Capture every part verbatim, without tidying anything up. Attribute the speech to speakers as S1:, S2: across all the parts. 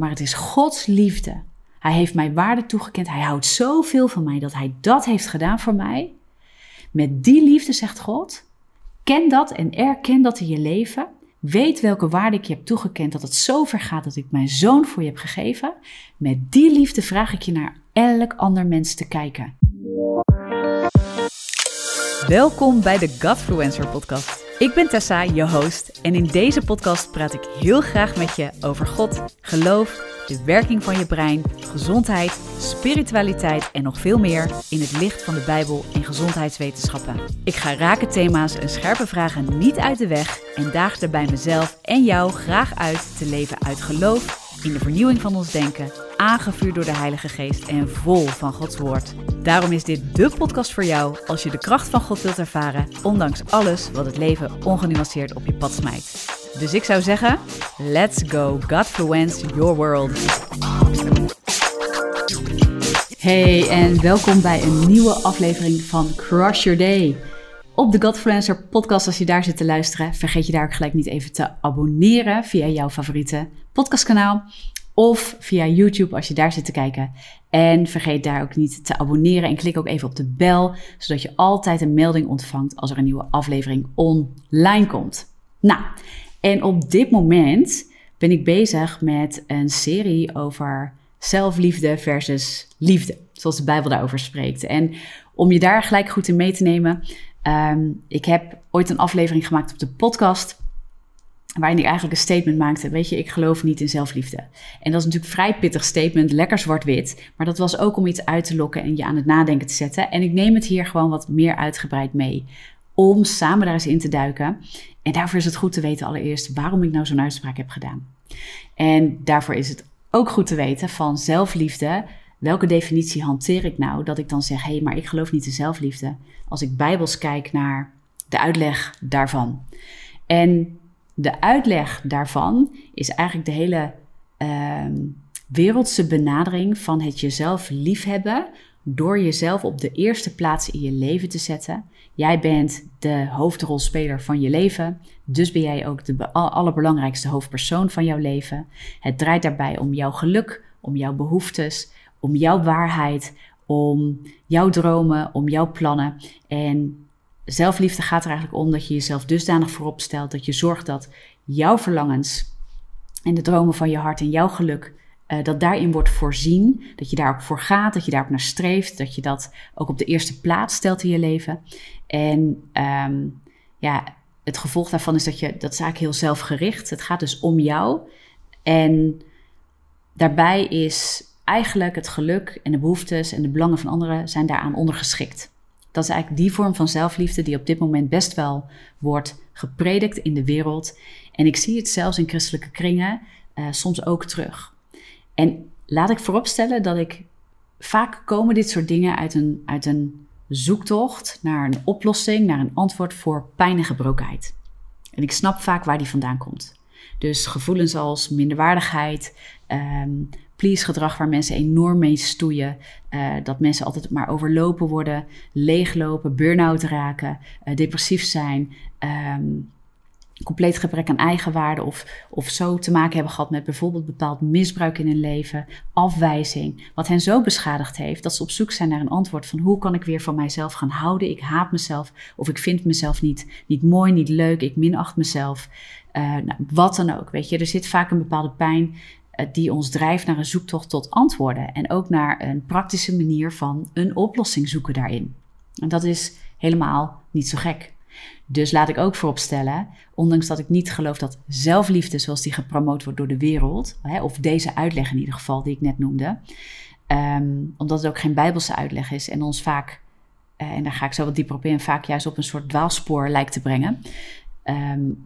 S1: maar het is Gods liefde. Hij heeft mij waarde toegekend. Hij houdt zoveel van mij dat hij dat heeft gedaan voor mij. Met die liefde, zegt God, ken dat en erken dat in je leven. Weet welke waarde ik je heb toegekend, dat het zo ver gaat dat ik mijn zoon voor je heb gegeven. Met die liefde vraag ik je naar elk ander mens te kijken.
S2: Welkom bij de Godfluencer podcast. Ik ben Tessa, je host, en in deze podcast praat ik heel graag met je over God, geloof, de werking van je brein, gezondheid, spiritualiteit en nog veel meer in het licht van de Bijbel en gezondheidswetenschappen. Ik ga rake thema's en scherpe vragen niet uit de weg en daag daarbij mezelf en jou graag uit te leven uit geloof, in de vernieuwing van ons denken, aangevuurd door de Heilige Geest en vol van Gods woord. Daarom is dit dé podcast voor jou als je de kracht van God wilt ervaren, ondanks alles wat het leven ongenuanceerd op je pad smijt. Dus ik zou zeggen, let's go Godfluence your world.
S1: Hey en welkom bij een nieuwe aflevering van Crush Your Day. Op de Godfluencer podcast, als je daar zit te luisteren, vergeet je daar ook gelijk niet even te abonneren via jouw favoriete podcastkanaal. Of via YouTube als je daar zit te kijken. En vergeet daar ook niet te abonneren en klik ook even op de bel, zodat je altijd een melding ontvangt als er een nieuwe aflevering online komt. Nou, en op dit moment ben ik bezig met een serie over zelfliefde versus liefde, zoals de Bijbel daarover spreekt. En om je daar gelijk goed in mee te nemen, um, ik heb ooit een aflevering gemaakt op de podcast, waarin ik eigenlijk een statement maakte. Weet je, ik geloof niet in zelfliefde. En dat is natuurlijk een vrij pittig statement, lekker zwart-wit. Maar dat was ook om iets uit te lokken en je aan het nadenken te zetten. En ik neem het hier gewoon wat meer uitgebreid mee. Om samen daar eens in te duiken. En daarvoor is het goed te weten allereerst waarom ik nou zo'n uitspraak heb gedaan. En daarvoor is het ook goed te weten van zelfliefde. Welke definitie hanteer ik nou? Dat ik dan zeg, hé, hey, maar ik geloof niet in zelfliefde. Als ik bijbels kijk naar de uitleg daarvan. En de uitleg daarvan is eigenlijk de hele uh, wereldse benadering van het jezelf liefhebben door jezelf op de eerste plaats in je leven te zetten. Jij bent de hoofdrolspeler van je leven, dus ben jij ook de be- allerbelangrijkste hoofdpersoon van jouw leven. Het draait daarbij om jouw geluk, om jouw behoeftes, om jouw waarheid, om jouw dromen, om jouw plannen. En zelfliefde gaat er eigenlijk om dat je jezelf dusdanig voorop stelt, dat je zorgt dat jouw verlangens en de dromen van je hart en jouw geluk, uh, dat daarin wordt voorzien, dat je daar ook voor gaat, dat je daar ook naar streeft, dat je dat ook op de eerste plaats stelt in je leven. En um, ja, het gevolg daarvan is dat je, dat is eigenlijk heel zelfgericht. Het gaat dus om jou en daarbij is eigenlijk het geluk en de behoeftes en de belangen van anderen zijn daaraan ondergeschikt. Dat is eigenlijk die vorm van zelfliefde die op dit moment best wel wordt gepredikt in de wereld. En ik zie het zelfs in christelijke kringen uh, soms ook terug. En laat ik vooropstellen dat ik vaak komen dit soort dingen uit een, uit een zoektocht naar een oplossing, naar een antwoord voor pijn en gebrokenheid. En ik snap vaak waar die vandaan komt. Dus gevoelens als minderwaardigheid, um, please-gedrag waar mensen enorm mee stoeien. Uh, dat mensen altijd maar overlopen worden, leeglopen, burn-out raken, uh, depressief zijn, um, compleet gebrek aan eigenwaarde of, of zo te maken hebben gehad met bijvoorbeeld bepaald misbruik in hun leven, afwijzing. Wat hen zo beschadigd heeft dat ze op zoek zijn naar een antwoord van hoe kan ik weer van mijzelf gaan houden? Ik haat mezelf of ik vind mezelf niet, niet mooi, niet leuk, ik minacht mezelf. Uh, nou, wat dan ook, weet je. Er zit vaak een bepaalde pijn die ons drijft naar een zoektocht tot antwoorden. En ook naar een praktische manier van een oplossing zoeken daarin. En dat is helemaal niet zo gek. Dus laat ik ook vooropstellen, ondanks dat ik niet geloof dat zelfliefde zoals die gepromoot wordt door de wereld, hè, of deze uitleg in ieder geval die ik net noemde, um, omdat het ook geen bijbelse uitleg is en ons vaak, uh, en daar ga ik zo wat dieper op in, vaak juist op een soort dwaalspoor lijkt te brengen, um,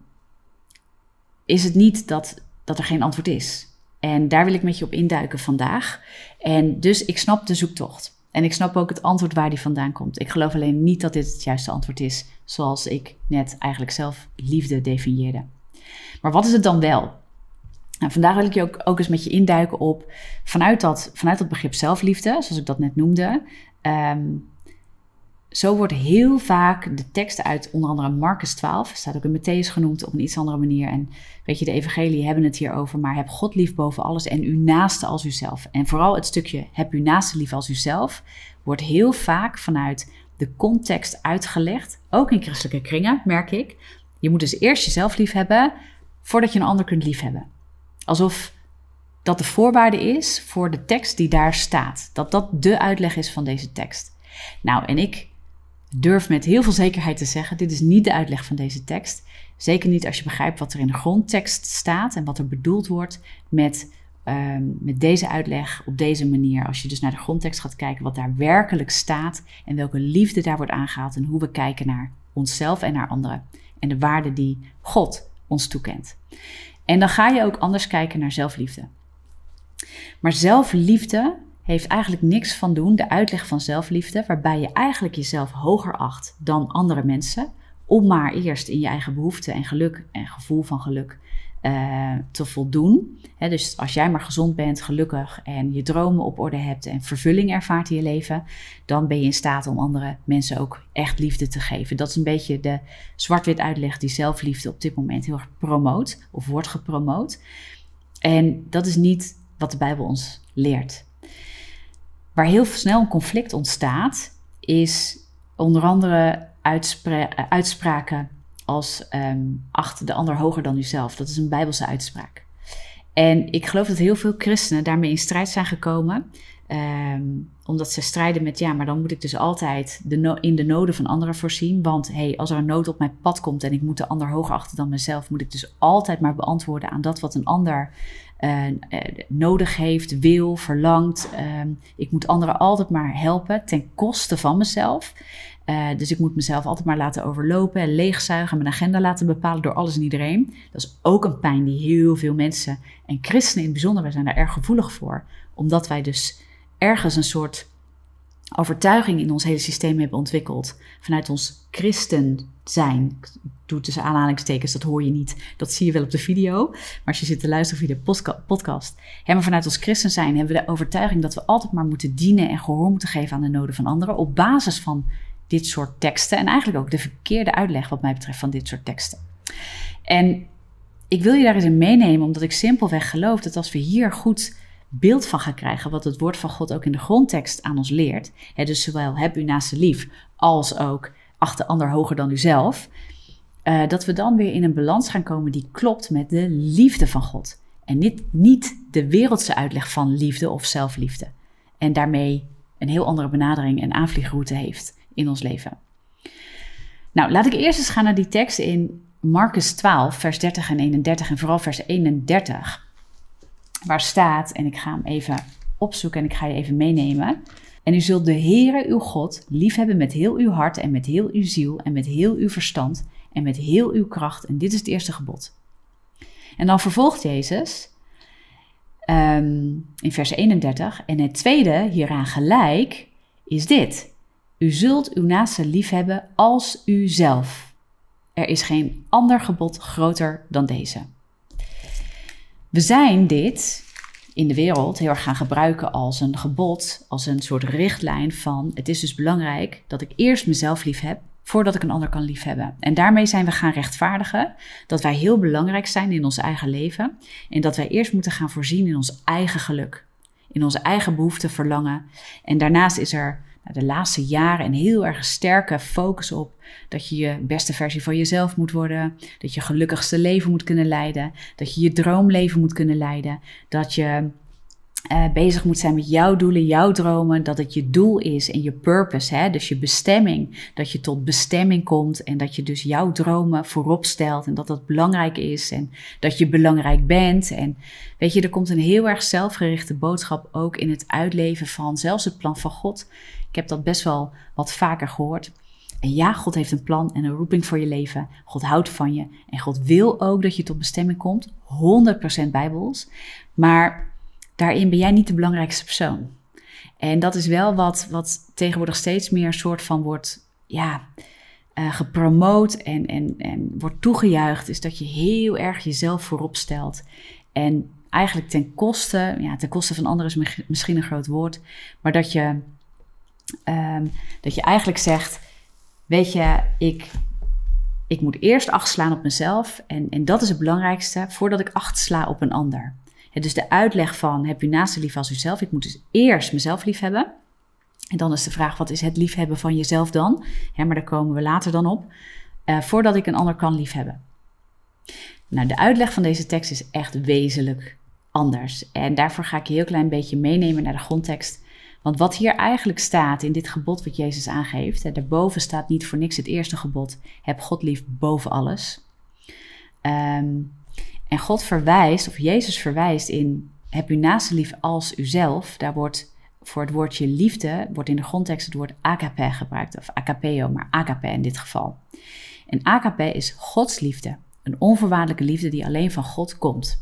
S1: is het niet dat, dat er geen antwoord is. En daar wil ik met je op induiken vandaag. En dus ik snap de zoektocht. En ik snap ook het antwoord waar die vandaan komt. Ik geloof alleen niet dat dit het juiste antwoord is, zoals ik net eigenlijk zelf liefde definieerde. Maar wat is het dan wel? Nou, vandaag wil ik je ook, ook eens met je induiken op, vanuit dat, vanuit dat begrip zelfliefde, zoals ik dat net noemde, um, zo wordt heel vaak de tekst uit onder andere Marcus twaalf, staat ook in Matthäus genoemd op een iets andere manier. En weet je, de evangelie hebben het hier over, maar heb God lief boven alles en uw naaste als uzelf. En vooral het stukje heb uw naaste lief als uzelf wordt heel vaak vanuit de context uitgelegd. Ook in christelijke kringen, merk ik. Je moet dus eerst jezelf lief hebben voordat je een ander kunt liefhebben. Alsof dat de voorwaarde is voor de tekst die daar staat. Dat dat de uitleg is van deze tekst. Nou, en ik durf met heel veel zekerheid te zeggen, dit is niet de uitleg van deze tekst. Zeker niet als je begrijpt wat er in de grondtekst staat en wat er bedoeld wordt met, um, met deze uitleg op deze manier. Als je dus naar de grondtekst gaat kijken wat daar werkelijk staat en welke liefde daar wordt aangehaald en hoe we kijken naar onszelf en naar anderen. En de waarde die God ons toekent. En dan ga je ook anders kijken naar zelfliefde. Maar zelfliefde heeft eigenlijk niks van doen, de uitleg van zelfliefde, waarbij je eigenlijk jezelf hoger acht dan andere mensen, om maar eerst in je eigen behoeften en geluk en gevoel van geluk uh, te voldoen. He, dus als jij maar gezond bent, gelukkig en je dromen op orde hebt en vervulling ervaart in je leven, dan ben je in staat om andere mensen ook echt liefde te geven. Dat is een beetje de zwart-wit uitleg die zelfliefde op dit moment heel erg promoot of wordt gepromoot. En dat is niet wat de Bijbel ons leert. Waar heel snel een conflict ontstaat, is onder andere uitspra- uitspraken als um, acht de ander hoger dan uzelf. Dat is een Bijbelse uitspraak. En ik geloof dat heel veel christenen daarmee in strijd zijn gekomen. Um, omdat ze strijden met, ja, maar dan moet ik dus altijd de no- in de noden van anderen voorzien. Want hey, als er een nood op mijn pad komt en ik moet de ander hoger achten dan mezelf, moet ik dus altijd maar beantwoorden aan dat wat een ander Uh, uh, nodig heeft, wil, verlangt. Uh, ik moet anderen altijd maar helpen ten koste van mezelf. Uh, dus ik moet mezelf altijd maar laten overlopen en leegzuigen, mijn agenda laten bepalen door alles en iedereen. Dat is ook een pijn die heel veel mensen en christenen in het bijzonder, wij zijn daar erg gevoelig voor. Omdat wij dus ergens een soort overtuiging in ons hele systeem hebben ontwikkeld vanuit ons christen zijn. Ik doe tussen aanhalingstekens, dat hoor je niet. Dat zie je wel op de video. Maar als je zit te luisteren via de podcast. Ja, maar vanuit ons christen zijn hebben we de overtuiging dat we altijd maar moeten dienen en gehoor moeten geven aan de noden van anderen. Op basis van dit soort teksten. En eigenlijk ook de verkeerde uitleg wat mij betreft van dit soort teksten. En ik wil je daar eens in meenemen, omdat ik simpelweg geloof dat als we hier goed beeld van gaan krijgen, wat het woord van God ook in de grondtekst aan ons leert. Hè, dus zowel heb u naaste lief als ook acht de ander hoger dan uzelf. Uh, dat we dan weer in een balans gaan komen die klopt met de liefde van God. En niet, niet de wereldse uitleg van liefde of zelfliefde. En daarmee een heel andere benadering en aanvliegroute heeft in ons leven. Nou, laat ik eerst eens gaan naar die tekst in Marcus twaalf, vers dertig en eenendertig en vooral vers eenendertig. Waar staat, en ik ga hem even opzoeken en ik ga je even meenemen. En u zult de Heere uw God liefhebben met heel uw hart en met heel uw ziel en met heel uw verstand en met heel uw kracht. En dit is het eerste gebod. En dan vervolgt Jezus um, in vers eenendertig. En het tweede hieraan gelijk is dit. U zult uw naaste liefhebben als uzelf. Er is geen ander gebod groter dan deze. We zijn dit in de wereld heel erg gaan gebruiken als een gebod, als een soort richtlijn van het is dus belangrijk dat ik eerst mezelf lief heb voordat ik een ander kan liefhebben. En daarmee zijn we gaan rechtvaardigen dat wij heel belangrijk zijn in ons eigen leven en dat wij eerst moeten gaan voorzien in ons eigen geluk, in onze eigen behoeften, verlangen. En daarnaast is er de laatste jaren een heel erg sterke focus op dat je je beste versie van jezelf moet worden, dat je gelukkigste leven moet kunnen leiden, dat je je droomleven moet kunnen leiden, dat je uh, bezig moet zijn met jouw doelen, jouw dromen, dat het je doel is en je purpose, hè? Dus je bestemming, dat je tot bestemming komt en dat je dus jouw dromen voorop stelt en dat dat belangrijk is en dat je belangrijk bent. En weet je, er komt een heel erg zelfgerichte boodschap ook in het uitleven van zelfs het plan van God. Ik heb dat best wel wat vaker gehoord. En ja, God heeft een plan en een roeping voor je leven. God houdt van je. En God wil ook dat je tot bestemming komt. honderd procent Bijbels. Maar daarin ben jij niet de belangrijkste persoon. En dat is wel wat, wat tegenwoordig steeds meer een soort van wordt ja, uh, gepromoot en, en, en wordt toegejuicht. Is dat je heel erg jezelf voorop stelt. En eigenlijk ten koste, ja, ten koste van anderen is misschien een groot woord. Maar dat je... Um, dat je eigenlijk zegt, weet je, ik, ik moet eerst acht slaan op mezelf. En, en dat is het belangrijkste, voordat ik acht sla op een ander. He, dus de uitleg van, heb uw naaste lief als uzelf. Ik moet dus eerst mezelf lief hebben. En dan is de vraag, wat is het liefhebben van jezelf dan? He, maar daar komen we later dan op. Uh, voordat ik een ander kan liefhebben. Nou, de uitleg van deze tekst is echt wezenlijk anders. En daarvoor ga ik je een heel klein beetje meenemen naar de grondtekst. Want wat hier eigenlijk staat in dit gebod wat Jezus aangeeft. Hè, daarboven staat niet voor niks het eerste gebod. Heb God lief boven alles. Um, en God verwijst, of Jezus verwijst in heb uw naaste lief als uzelf. Daar wordt voor het woordje liefde, wordt in de grondtekst het woord agape gebruikt. Of agapeo, maar agape in dit geval. En agape is Gods liefde. Een onvoorwaardelijke liefde die alleen van God komt.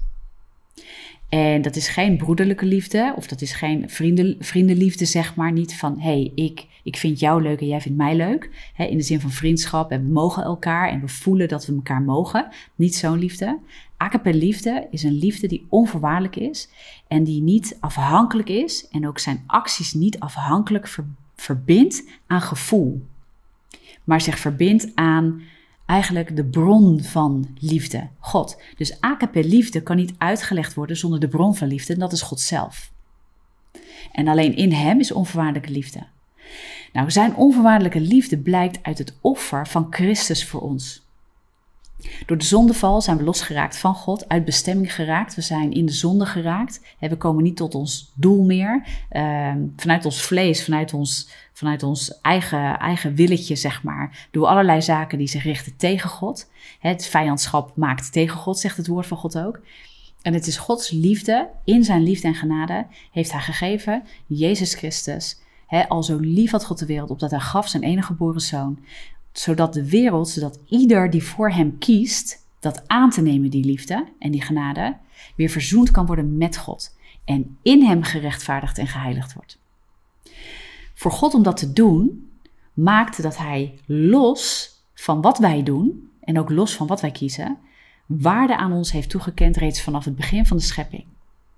S1: En dat is geen broederlijke liefde, of dat is geen vrienden, vriendenliefde, zeg maar. Niet van, hé, hey, ik, ik vind jou leuk en jij vindt mij leuk. He, in de zin van vriendschap en we mogen elkaar en we voelen dat we elkaar mogen. Niet zo'n liefde. Agape liefde is een liefde die onvoorwaardelijk is en die niet afhankelijk is. En ook zijn acties niet afhankelijk ver, verbindt aan gevoel. Maar zich verbindt aan eigenlijk de bron van liefde, God. Dus agape liefde kan niet uitgelegd worden zonder de bron van liefde. En dat is God zelf. En alleen in hem is onvoorwaardelijke liefde. Nou, zijn onvoorwaardelijke liefde blijkt uit het offer van Christus voor ons. Door de zondeval zijn we losgeraakt van God, uit bestemming geraakt. We zijn in de zonde geraakt. We komen niet tot ons doel meer. Uh, vanuit ons vlees, vanuit ons, vanuit ons eigen, eigen willetje, zeg maar. Door allerlei zaken die zich richten tegen God. Het vijandschap maakt tegen God, zegt het woord van God ook. En het is Gods liefde, in zijn liefde en genade, heeft hij gegeven, Jezus Christus. He, al zo lief had God de wereld, opdat hij gaf zijn enige geboren zoon. Zodat de wereld, zodat ieder die voor hem kiest, dat aan te nemen, die liefde en die genade, weer verzoend kan worden met God. En in hem gerechtvaardigd en geheiligd wordt. Voor God om dat te doen, maakte dat hij los van wat wij doen, en ook los van wat wij kiezen, waarde aan ons heeft toegekend reeds vanaf het begin van de schepping.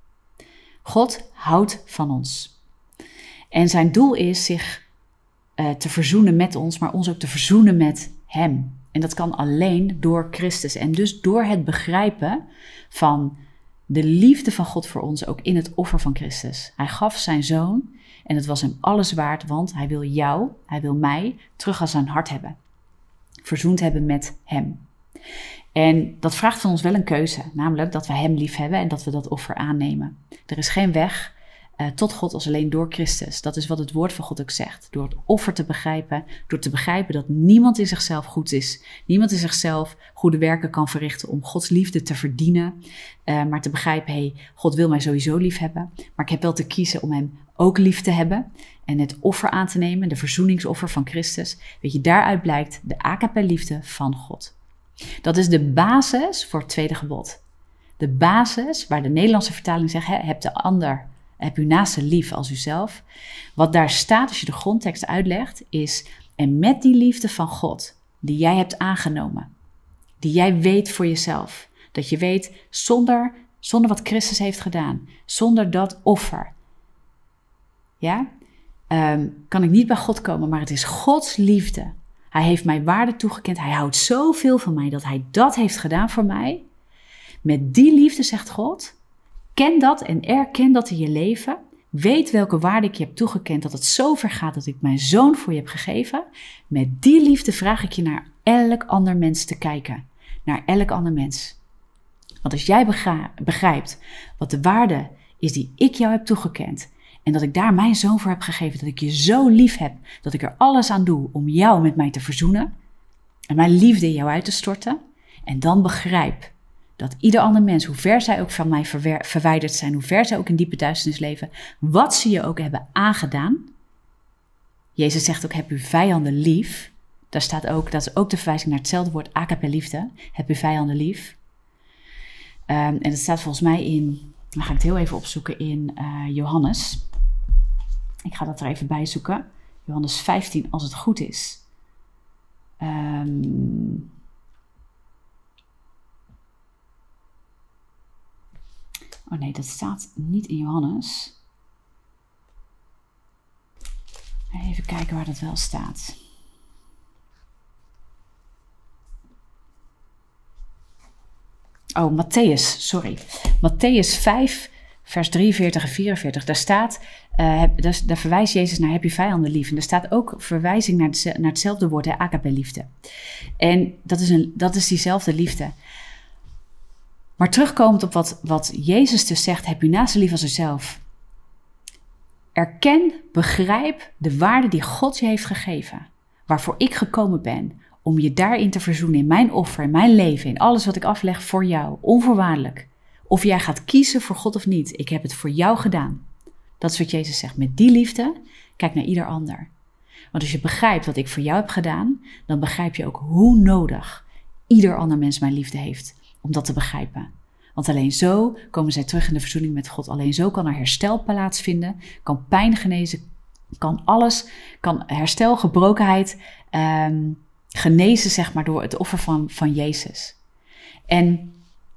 S1: God houdt van ons. En zijn doel is zich uh, te verzoenen met ons, maar ons ook te verzoenen met hem. En dat kan alleen door Christus. En dus door het begrijpen van de liefde van God voor ons, ook in het offer van Christus. Hij gaf zijn zoon en het was hem alles waard, want hij wil jou, hij wil mij terug aan zijn hart hebben. Verzoend hebben met hem. En dat vraagt van ons wel een keuze, namelijk dat we hem lief hebben en dat we dat offer aannemen. Er is geen weg uh, tot God als alleen door Christus. Dat is wat het woord van God ook zegt. Door het offer te begrijpen, door te begrijpen dat niemand in zichzelf goed is. Niemand in zichzelf goede werken kan verrichten om Gods liefde te verdienen. Uh, maar te begrijpen, hé, hey, God wil mij sowieso lief hebben. Maar ik heb wel te kiezen om hem ook lief te hebben. En het offer aan te nemen, de verzoeningsoffer van Christus. Weet je, daaruit blijkt de agape liefde van God. Dat is de basis voor het tweede gebod. De basis waar de Nederlandse vertaling zegt, heb de ander, heb uw naaste lief als uzelf. Wat daar staat, als je de grondtekst uitlegt, is, en met die liefde van God, die jij hebt aangenomen, die jij weet voor jezelf, dat je weet, zonder, zonder wat Christus heeft gedaan, zonder dat offer, ja, um, kan ik niet bij God komen, maar het is Gods liefde. Hij heeft mij waarde toegekend. Hij houdt zoveel van mij dat hij dat heeft gedaan voor mij. Met die liefde, zegt God, ken dat en erken dat in je leven. Weet welke waarde ik je heb toegekend, dat het zo ver gaat dat ik mijn zoon voor je heb gegeven. Met die liefde vraag ik je naar elk ander mens te kijken. Naar elk ander mens. Want als jij begrijpt wat de waarde is die ik jou heb toegekend, en dat ik daar mijn zoon voor heb gegeven, dat ik je zo lief heb, dat ik er alles aan doe om jou met mij te verzoenen en mijn liefde in jou uit te storten. En dan begrijp dat ieder ander mens, hoe ver zij ook van mij verwer- verwijderd zijn, hoe ver zij ook in diepe duisternis leven, wat ze je ook hebben aangedaan. Jezus zegt ook, heb uw vijanden lief. Daar staat ook, dat is ook de verwijzing naar hetzelfde woord, agape liefde. Heb uw vijanden lief. Um, en dat staat volgens mij in, dan ga ik het heel even opzoeken, in uh, Johannes. Ik ga dat er even bij zoeken. Johannes vijftien, als het goed is. Um, oh nee, dat staat niet in Johannes. Even kijken waar dat wel staat. Oh, Matthäus, sorry. Matthäus vijf, vers drieënveertig en vierenveertig. Daar staat, uh, daar, daar verwijst Jezus naar heb je vijanden lief. En er staat ook verwijzing naar, de, naar hetzelfde woord, hè, agape liefde. En dat is, een, dat is diezelfde liefde. Maar terugkomend op wat, wat Jezus dus zegt, heb je naaste lief als uzelf. Erken, begrijp de waarde die God je heeft gegeven. Waarvoor ik gekomen ben. Om je daarin te verzoenen in mijn offer, in mijn leven, in alles wat ik afleg voor jou. Onvoorwaardelijk. Of jij gaat kiezen voor God of niet. Ik heb het voor jou gedaan. Dat is wat Jezus zegt. Met die liefde, kijk naar ieder ander. Want als je begrijpt wat ik voor jou heb gedaan, dan begrijp je ook hoe nodig ieder ander mens mijn liefde heeft. Om dat te begrijpen. Want alleen zo komen zij terug in de verzoening met God. Alleen zo kan er herstel plaatsvinden, kan pijn genezen, kan alles, kan herstel, gebrokenheid um, genezen, zeg maar, door het offer van, van Jezus. En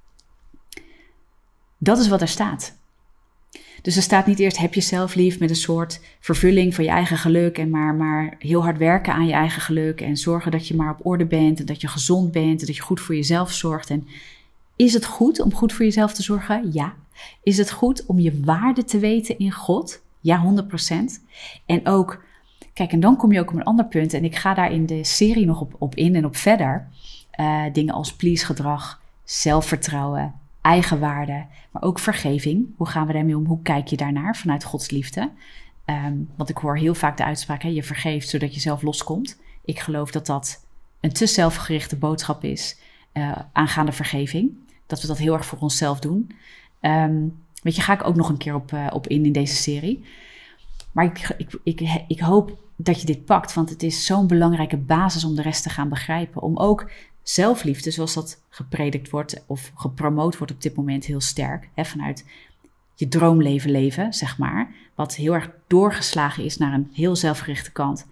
S1: dat is wat er staat. Dus er staat niet eerst heb je zelf lief met een soort vervulling van je eigen geluk en maar, maar heel hard werken aan je eigen geluk en zorgen dat je maar op orde bent en dat je gezond bent en dat je goed voor jezelf zorgt. En is het goed om goed voor jezelf te zorgen? Ja. Is het goed om je waarde te weten in God? Ja, honderd procent. En ook, kijk, en dan kom je ook op een ander punt. En ik ga daar in de serie nog op, op in en op verder. Uh, dingen als please gedrag, zelfvertrouwen, eigenwaarde, maar ook vergeving. Hoe gaan we daarmee om? Hoe kijk je daarnaar vanuit Gods liefde? Um, want ik hoor heel vaak de uitspraak, hè, je vergeeft zodat je zelf loskomt. Ik geloof dat dat een te zelfgerichte boodschap is uh, aangaande vergeving. Dat we dat heel erg voor onszelf doen. Um, weet je, ga ik ook nog een keer op, uh, op in in deze serie. Maar ik, ik, ik, ik hoop dat je dit pakt, want het is zo'n belangrijke basis om de rest te gaan begrijpen. Om ook zelfliefde, zoals dat gepredikt wordt of gepromoot wordt op dit moment heel sterk. Hè, vanuit je droomleven leven, zeg maar. Wat heel erg doorgeslagen is naar een heel zelfgerichte kant.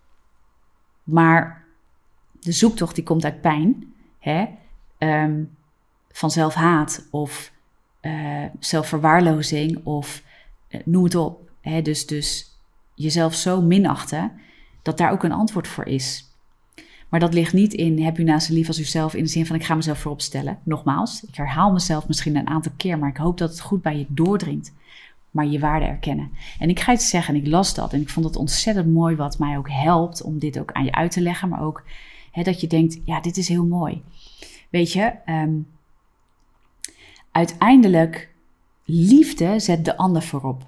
S1: Maar de zoektocht die komt uit pijn. Hè, um, van zelfhaat of uh, zelfverwaarlozing of uh, noem het op. Hè, dus, dus jezelf zo minachten dat daar ook een antwoord voor is. Maar dat ligt niet in heb u naaste lief als uzelf in de zin van ik ga mezelf voorop stellen. Nogmaals, ik herhaal mezelf misschien een aantal keer, maar ik hoop dat het goed bij je doordringt. Maar je waarde erkennen. En ik ga iets zeggen en ik las dat en ik vond het ontzettend mooi wat mij ook helpt om dit ook aan je uit te leggen. Maar ook hè, dat je denkt, ja, dit is heel mooi. Weet je, um, uiteindelijk liefde zet de ander voorop.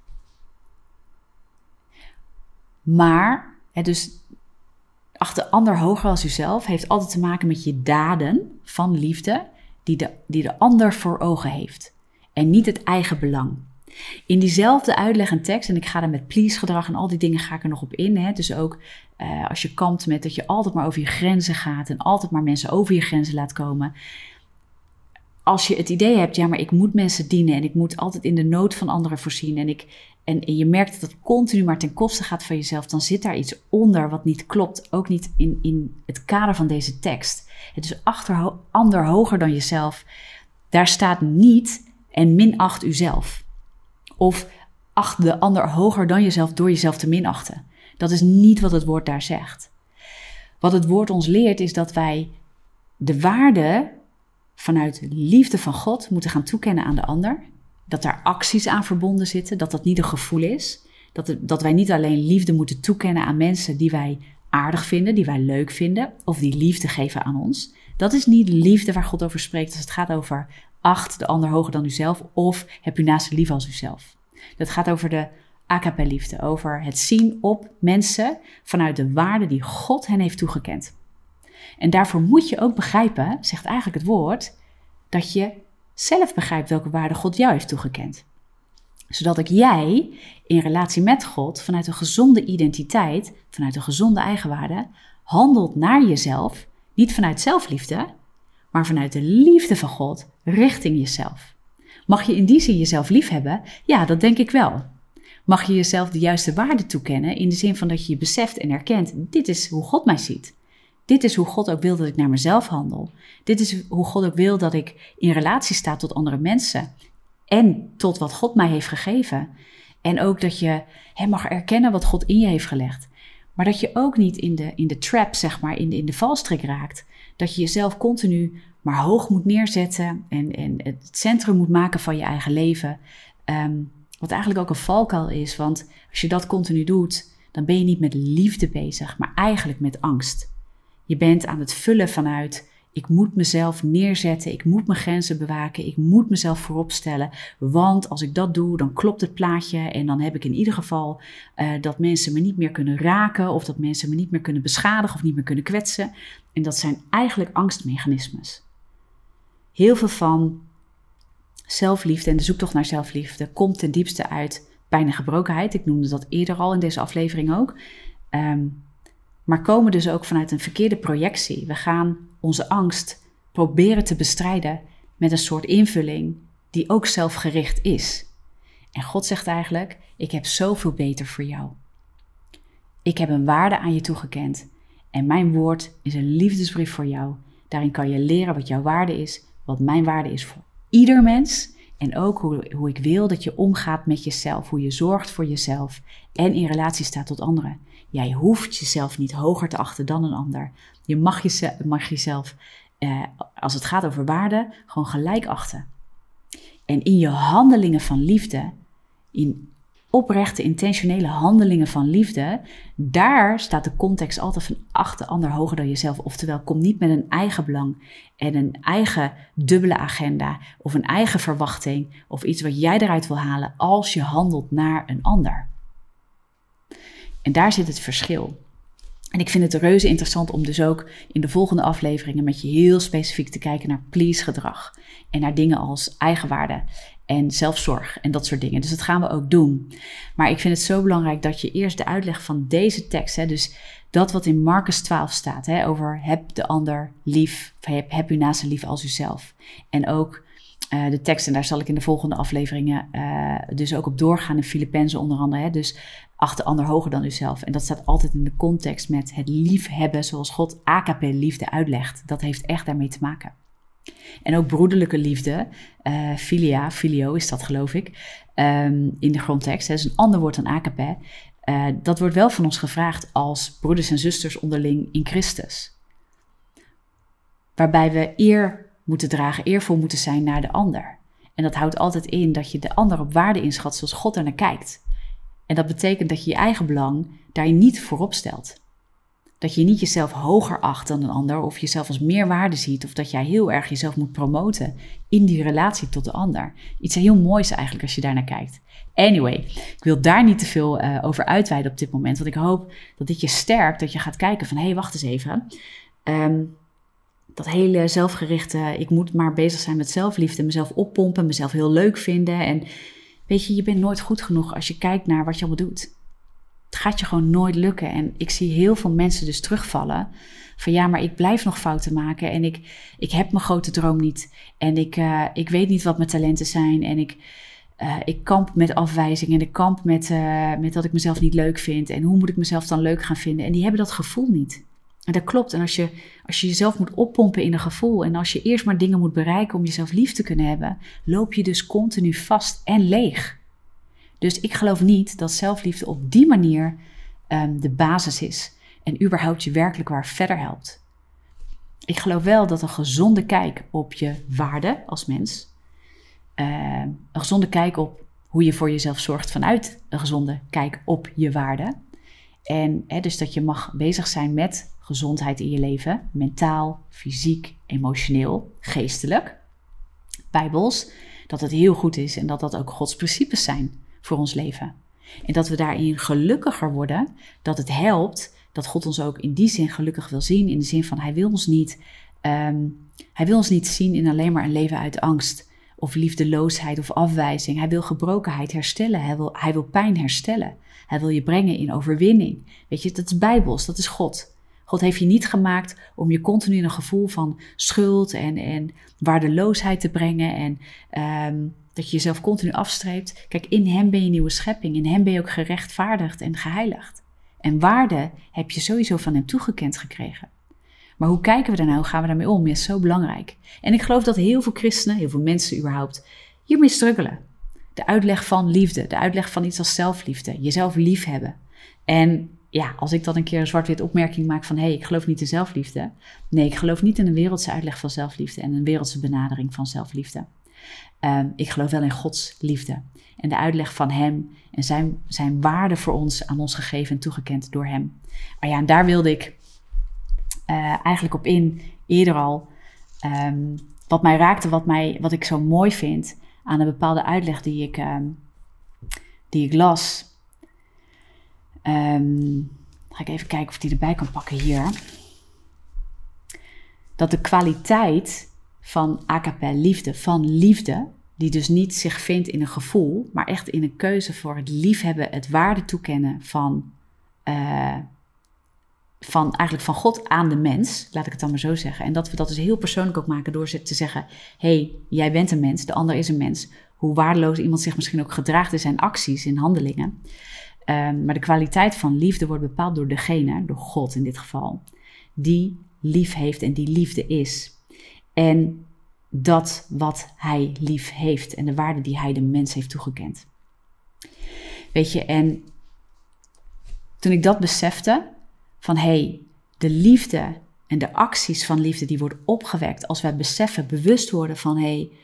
S1: Maar, hè, dus achter de ander hoger als uzelf heeft altijd te maken met je daden van liefde die de, die de ander voor ogen heeft. En niet het eigen belang. In diezelfde uitleg en tekst, en ik ga er met please gedrag en al die dingen ga ik er nog op in. Hè, dus ook uh, als je kampt met dat je altijd maar over je grenzen gaat en altijd maar mensen over je grenzen laat komen. Als je het idee hebt, ja, maar ik moet mensen dienen en ik moet altijd in de nood van anderen voorzien en, ik, en, en je merkt dat het continu maar ten koste gaat van jezelf, dan zit daar iets onder wat niet klopt. Ook niet in, in het kader van deze tekst. Het is achter ander hoger dan jezelf. Daar staat niet en minacht uzelf. Of acht de ander hoger dan jezelf door jezelf te minachten. Dat is niet wat het woord daar zegt. Wat het woord ons leert is dat wij de waarde vanuit liefde van God moeten gaan toekennen aan de ander. Dat daar acties aan verbonden zitten, dat dat niet een gevoel is. Dat, het, dat wij niet alleen liefde moeten toekennen aan mensen die wij aardig vinden, die wij leuk vinden, of die liefde geven aan ons. Dat is niet liefde waar God over spreekt als het gaat over acht de ander hoger dan uzelf of heb u naaste lief als uzelf. Dat gaat over de agape liefde, over het zien op mensen vanuit de waarde die God hen heeft toegekend. En daarvoor moet je ook begrijpen, zegt eigenlijk het woord, dat je zelf begrijpt welke waarde God jou heeft toegekend. Zodat ook jij in relatie met God vanuit een gezonde identiteit, vanuit een gezonde eigenwaarde, handelt naar jezelf, niet vanuit zelfliefde, maar vanuit de liefde van God richting jezelf. Mag je in die zin jezelf lief hebben? Ja, dat denk ik wel. Mag je jezelf de juiste waarde toekennen in de zin van dat je je beseft en erkent, dit is hoe God mij ziet. Dit is hoe God ook wil dat ik naar mezelf handel. Dit is hoe God ook wil dat ik in relatie sta tot andere mensen. En tot wat God mij heeft gegeven. En ook dat je he, mag erkennen wat God in je heeft gelegd. Maar dat je ook niet in de, in de trap, zeg maar, in de, in de valstrik raakt. Dat je jezelf continu maar hoog moet neerzetten en, en het centrum moet maken van je eigen leven. Um, wat eigenlijk ook een valkuil is, want als je dat continu doet, dan ben je niet met liefde bezig, maar eigenlijk met angst. Je bent aan het vullen vanuit, ik moet mezelf neerzetten, ik moet mijn grenzen bewaken, ik moet mezelf voorop stellen, want als ik dat doe, dan klopt het plaatje en dan heb ik in ieder geval uh, dat mensen me niet meer kunnen raken of dat mensen me niet meer kunnen beschadigen of niet meer kunnen kwetsen. En dat zijn eigenlijk angstmechanismes. Heel veel van zelfliefde en de zoektocht naar zelfliefde komt ten diepste uit pijn en gebrokenheid. Ik noemde dat eerder al in deze aflevering ook. Um, maar komen dus ook vanuit een verkeerde projectie. We gaan onze angst proberen te bestrijden met een soort invulling die ook zelfgericht is. En God zegt eigenlijk, ik heb zoveel beter voor jou. Ik heb een waarde aan je toegekend en mijn woord is een liefdesbrief voor jou. Daarin kan je leren wat jouw waarde is, wat mijn waarde is voor ieder mens. En ook hoe, hoe ik wil dat je omgaat met jezelf, hoe je zorgt voor jezelf en in relatie staat tot anderen. Jij hoeft jezelf niet hoger te achten dan een ander. Je mag, je, mag jezelf, eh, als het gaat over waarde, gewoon gelijk achten. En in je handelingen van liefde, in oprechte, intentionele handelingen van liefde, daar staat de context altijd van acht de ander hoger dan jezelf. Oftewel, kom niet met een eigen belang en een eigen dubbele agenda of een eigen verwachting of iets wat jij eruit wil halen als je handelt naar een ander. En daar zit het verschil. En ik vind het reuze interessant om dus ook in de volgende afleveringen met je heel specifiek te kijken naar please gedrag. En naar dingen als eigenwaarde en zelfzorg en dat soort dingen. Dus dat gaan we ook doen. Maar ik vind het zo belangrijk dat je eerst de uitleg van deze tekst, hè, dus dat wat in Marcus twaalf staat, hè, over heb de ander lief, heb, heb uw naaste lief als uzelf. En ook uh, de tekst, en daar zal ik in de volgende afleveringen uh, dus ook op doorgaan in Filippenzen onder andere. Hè, dus acht de ander hoger dan uzelf. En dat staat altijd in de context met het liefhebben zoals God agape liefde uitlegt. Dat heeft echt daarmee te maken. En ook broederlijke liefde, uh, filia, filio is dat geloof ik, um, in de grondtekst. Dat is een ander woord dan agape. Uh, dat wordt wel van ons gevraagd als broeders en zusters onderling in Christus. Waarbij we eer moeten dragen, eervol moeten zijn naar de ander. En dat houdt altijd in dat je de ander op waarde inschat zoals God er naar kijkt. En dat betekent dat je je eigen belang daarin niet voorop stelt. Dat je niet jezelf hoger acht dan een ander of jezelf als meer waarde ziet of dat jij heel erg jezelf moet promoten in die relatie tot de ander. Iets heel moois eigenlijk als je daarnaar kijkt. Anyway, ik wil daar niet te veel uh, over uitweiden op dit moment, want ik hoop dat dit je sterkt, dat je gaat kijken van hé, hey, wacht eens even. Um, dat hele zelfgerichte, ik moet maar bezig zijn met zelfliefde, mezelf oppompen, mezelf heel leuk vinden en weet je, je bent nooit goed genoeg als je kijkt naar wat je allemaal doet. Het gaat je gewoon nooit lukken. En ik zie heel veel mensen dus terugvallen van ja, maar ik blijf nog fouten maken en ik, ik heb mijn grote droom niet. En ik, uh, ik weet niet wat mijn talenten zijn en ik, uh, ik kamp met afwijzing en ik kamp met, uh, met dat ik mezelf niet leuk vind. En hoe moet ik mezelf dan leuk gaan vinden? En die hebben dat gevoel niet. En dat klopt. En als je, als je jezelf moet oppompen in een gevoel en als je eerst maar dingen moet bereiken om jezelf lief te kunnen hebben, loop je dus continu vast en leeg. Dus ik geloof niet dat zelfliefde op die manier um, de basis is en überhaupt je werkelijk waar verder helpt. Ik geloof wel dat een gezonde kijk op je waarde als mens, uh, een gezonde kijk op hoe je voor jezelf zorgt vanuit een gezonde kijk op je waarde. En hè, dus dat je mag bezig zijn met gezondheid in je leven, mentaal, fysiek, emotioneel, geestelijk, bijbels, dat het heel goed is en dat dat ook Gods principes zijn voor ons leven. En dat we daarin gelukkiger worden, dat het helpt, dat God ons ook in die zin gelukkig wil zien, in de zin van hij wil ons niet, um, hij wil ons niet zien in alleen maar een leven uit angst of liefdeloosheid of afwijzing. Hij wil gebrokenheid herstellen, hij wil, hij wil pijn herstellen. Hij wil je brengen in overwinning. Weet je, dat is bijbels, dat is God. God heeft je niet gemaakt om je continu in een gevoel van schuld en, en waardeloosheid te brengen en um, dat je jezelf continu afstreept. Kijk, in hem ben je een nieuwe schepping. In hem ben je ook gerechtvaardigd en geheiligd. En waarde heb je sowieso van hem toegekend gekregen. Maar hoe kijken we daar nou? Hoe gaan we daarmee om? Is zo belangrijk. En ik geloof dat heel veel christenen, heel veel mensen überhaupt, hiermee struggelen. De uitleg van liefde, de uitleg van iets als zelfliefde, jezelf lief hebben. En ja, als ik dan een keer een zwart-wit opmerking maak van... hé, hey, ik geloof niet in zelfliefde. Nee, ik geloof niet in een wereldse uitleg van zelfliefde... en een wereldse benadering van zelfliefde. Um, ik geloof wel in Gods liefde. En de uitleg van hem en zijn, zijn waarde voor ons... aan ons gegeven en toegekend door hem. Maar ja, en daar wilde ik uh, eigenlijk op in, eerder al... Um, wat mij raakte, wat, mij, wat ik zo mooi vind... aan een bepaalde uitleg die ik, um, die ik las... Um, ga ik even kijken of ik die erbij kan pakken hier. Dat de kwaliteit van agape liefde, van liefde, die dus niet zich vindt in een gevoel, maar echt in een keuze voor het liefhebben, het waarde toekennen van, uh, van eigenlijk van God aan de mens, laat ik het dan maar zo zeggen. En dat we dat dus heel persoonlijk ook maken door te zeggen, hé, hey, jij bent een mens, de ander is een mens. Hoe waardeloos iemand zich misschien ook gedraagt in zijn acties, in handelingen. Um, maar de kwaliteit van liefde wordt bepaald door degene, door God in dit geval, die lief heeft en die liefde is. En dat wat hij lief heeft en de waarde die hij de mens heeft toegekend. Weet je, en toen ik dat besefte, van hé, hey, de liefde en de acties van liefde die worden opgewekt als wij beseffen, bewust worden van hé, hey,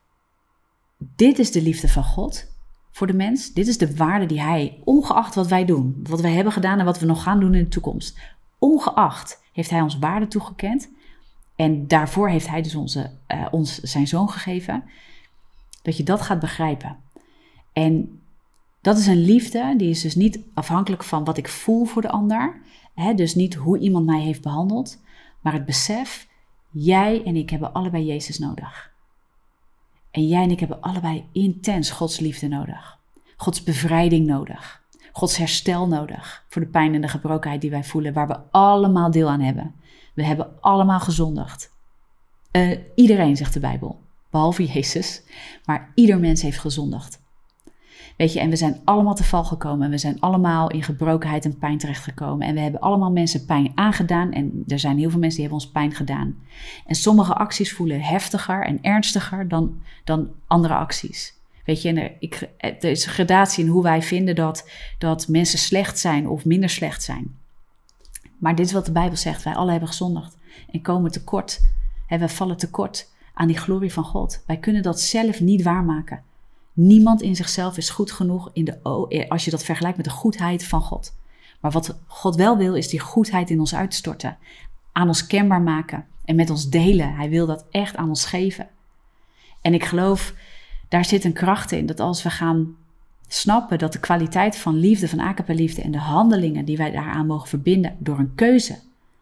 S1: dit is de liefde van God voor de mens. Dit is de waarde die hij, ongeacht wat wij doen, wat wij hebben gedaan en wat we nog gaan doen in de toekomst. Ongeacht heeft hij ons waarde toegekend. En daarvoor heeft hij dus onze, uh, ons zijn zoon gegeven. Dat je dat gaat begrijpen. En dat is een liefde, die is dus niet afhankelijk van wat ik voel voor de ander. Hè, dus niet hoe iemand mij heeft behandeld. Maar het besef, jij en ik hebben allebei Jezus nodig. En jij en ik hebben allebei intens Gods liefde nodig. Gods bevrijding nodig. Gods herstel nodig. Voor de pijn en de gebrokenheid die wij voelen. Waar we allemaal deel aan hebben. We hebben allemaal gezondigd. Uh, iedereen, zegt de Bijbel. Behalve Jezus. Maar ieder mens heeft gezondigd. Weet je, en we zijn allemaal te val gekomen. En we zijn allemaal in gebrokenheid en pijn terechtgekomen. En we hebben allemaal mensen pijn aangedaan. En er zijn heel veel mensen die hebben ons pijn gedaan. En sommige acties voelen heftiger en ernstiger dan, dan andere acties. Weet je, en er, ik, er is een gradatie in hoe wij vinden dat, dat mensen slecht zijn of minder slecht zijn. Maar dit is wat de Bijbel zegt. Wij allen hebben gezondigd en komen tekort. En we vallen tekort aan die glorie van God. Wij kunnen dat zelf niet waarmaken. Niemand in zichzelf is goed genoeg in de, als je dat vergelijkt met de goedheid van God. Maar wat God wel wil, is die goedheid in ons uitstorten. Aan ons kenbaar maken en met ons delen. Hij wil dat echt aan ons geven. En ik geloof, daar zit een kracht in. Dat als we gaan snappen dat de kwaliteit van liefde, van agape liefde en de handelingen die wij daaraan mogen verbinden door een keuze.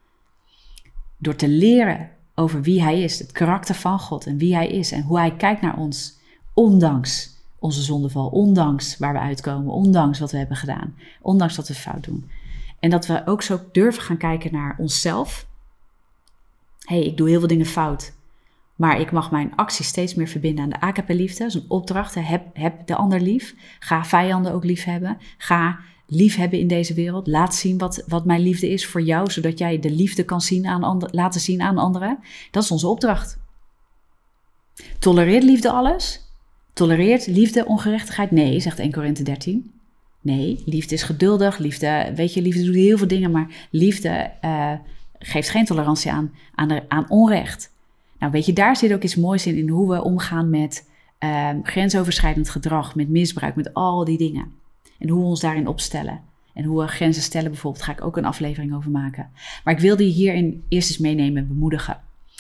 S1: Door te leren over wie hij is, het karakter van God en wie hij is en hoe hij kijkt naar ons. Ondanks onze zondeval, ondanks waar we uitkomen, ondanks wat we hebben gedaan, ondanks dat we fout doen. En dat we ook zo durven gaan kijken naar onszelf. Hé, hey, ik doe heel veel dingen fout, maar ik mag mijn acties steeds meer verbinden aan de agape liefde. Dat is een opdracht, heb, heb de ander lief. Ga vijanden ook lief hebben. Ga lief hebben in deze wereld. Laat zien wat, wat mijn liefde is voor jou, zodat jij de liefde kan zien aan ander, laten zien aan anderen. Dat is onze opdracht. Tolereert liefde alles? Tolereert liefde ongerechtigheid? Nee, zegt Eerste Korinthe dertien. Nee, liefde is geduldig. Liefde, weet je, liefde doet heel veel dingen, maar liefde uh, geeft geen tolerantie aan, aan, de, aan onrecht. Nou, weet je, daar zit ook iets moois in, in hoe we omgaan met uh, grensoverschrijdend gedrag, met misbruik, met al die dingen. En hoe we ons daarin opstellen. En hoe we grenzen stellen bijvoorbeeld, ga ik ook een aflevering over maken. Maar ik wilde je hierin eerst eens meenemen en bemoedigen.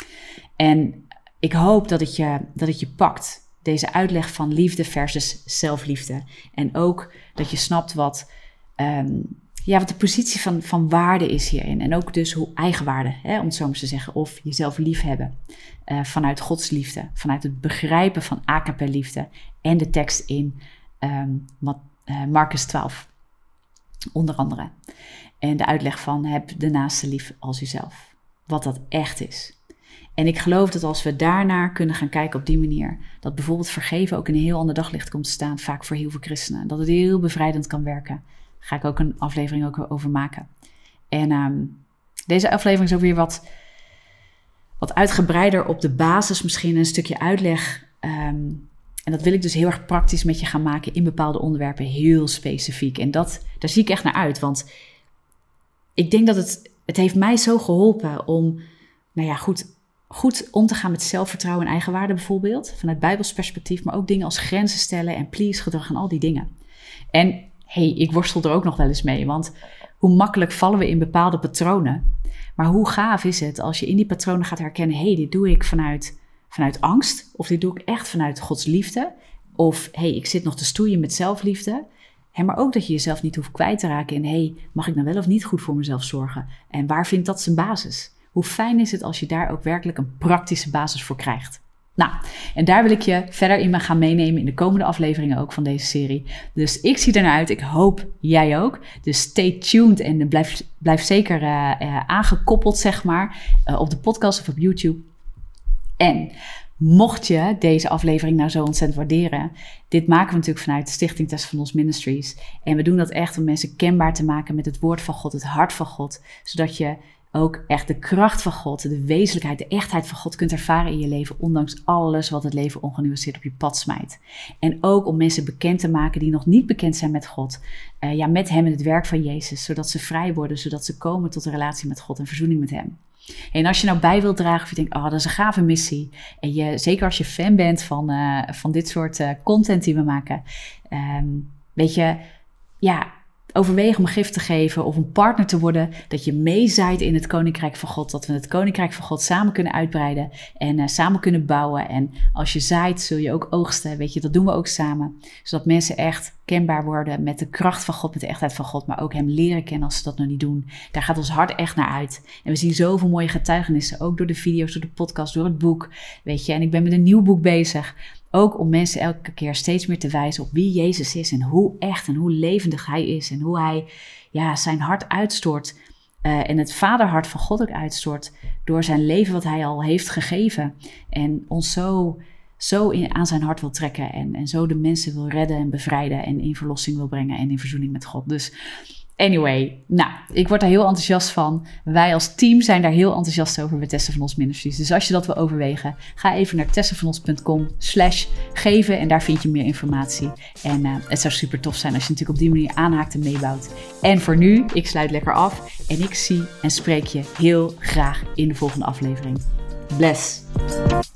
S1: En ik hoop dat het je, dat het je pakt. Deze uitleg van liefde versus zelfliefde. En ook dat je snapt wat, um, ja, wat de positie van, van waarde is hierin. En ook dus hoe eigenwaarde, hè, om het zo maar te zeggen. Of jezelf lief hebben. Uh, vanuit Gods liefde. Vanuit het begrijpen van agape liefde. En de tekst in um, wat, uh, Marcus twaalf. Onder andere. En de uitleg van heb de naaste lief als jezelf. Wat dat echt is. En ik geloof dat als we daarnaar kunnen gaan kijken op die manier, dat bijvoorbeeld vergeven ook in een heel ander daglicht komt te staan, vaak voor heel veel christenen. Dat het heel bevrijdend kan werken. Daar ga ik ook een aflevering ook over maken. En um, deze aflevering is ook weer wat, wat uitgebreider op de basis, misschien een stukje uitleg. Um, en dat wil ik dus heel erg praktisch met je gaan maken in bepaalde onderwerpen, heel specifiek. En dat, daar zie ik echt naar uit, want ik denk dat het, het heeft mij zo geholpen om, nou ja, goed, goed om te gaan met zelfvertrouwen en eigenwaarde bijvoorbeeld. Vanuit Bijbels perspectief, maar ook dingen als grenzen stellen en please gedrag en al die dingen. En hey, ik worstel er ook nog wel eens mee, want hoe makkelijk vallen we in bepaalde patronen. Maar hoe gaaf is het als je in die patronen gaat herkennen, hey, dit doe ik vanuit, vanuit angst, of dit doe ik echt vanuit Gods liefde. Of hey, ik zit nog te stoeien met zelfliefde. He, maar ook dat je jezelf niet hoeft kwijt te raken in, hey, mag ik nou wel of niet goed voor mezelf zorgen? En waar vindt dat zijn basis? Hoe fijn is het als je daar ook werkelijk een praktische basis voor krijgt? Nou, en daar wil ik je verder in gaan meenemen in de komende afleveringen ook van deze serie. Dus ik zie ernaar uit. Ik hoop jij ook. Dus stay tuned en blijf, blijf zeker uh, uh, aangekoppeld, zeg maar, uh, op de podcast of op YouTube. En mocht je deze aflevering nou zo ontzettend waarderen, dit maken we natuurlijk vanuit de Stichting Tessa van Os Ministries. En we doen dat echt om mensen kenbaar te maken met het woord van God, het hart van God, zodat je ook echt de kracht van God, de wezenlijkheid, de echtheid van God kunt ervaren in je leven, ondanks alles wat het leven ongenuanceerd op je pad smijt. En ook om mensen bekend te maken die nog niet bekend zijn met God, uh, ja, met hem en het werk van Jezus, zodat ze vrij worden, zodat ze komen tot een relatie met God en verzoening met hem. En als je nou bij wilt dragen of je denkt, oh, dat is een gave missie. En je, zeker als je fan bent van, uh, van dit soort uh, content die we maken. Um, weet je, ja, overweeg om een gift te geven of een partner te worden. Dat je meezaait in het Koninkrijk van God. Dat we het Koninkrijk van God samen kunnen uitbreiden en uh, samen kunnen bouwen. En als je zaait, zul je ook oogsten. Weet je, dat doen we ook samen. Zodat mensen echt kenbaar worden met de kracht van God, met de echtheid van God. Maar ook hem leren kennen als ze dat nog niet doen. Daar gaat ons hart echt naar uit. En we zien zoveel mooie getuigenissen. Ook door de video's, door de podcast, door het boek. Weet je, en ik ben met een nieuw boek bezig. Ook om mensen elke keer steeds meer te wijzen op wie Jezus is. En hoe echt en hoe levendig hij is. En hoe hij ja, zijn hart uitstort. Uh, en het vaderhart van God ook uitstort. Door zijn leven wat hij al heeft gegeven. En ons zo, zo in, aan zijn hart wil trekken. En, en zo de mensen wil redden en bevrijden. En in verlossing wil brengen. En in verzoening met God. Dus anyway, nou, ik word daar heel enthousiast van. Wij als team zijn daar heel enthousiast over bij Tessa van Os Ministries. Dus als je dat wil overwegen, ga even naar tessavanos.com slash geven en daar vind je meer informatie. En uh, het zou super tof zijn als je natuurlijk op die manier aanhaakt en meebouwt. En voor nu, ik sluit lekker af en ik zie en spreek je heel graag in de volgende aflevering. Bless!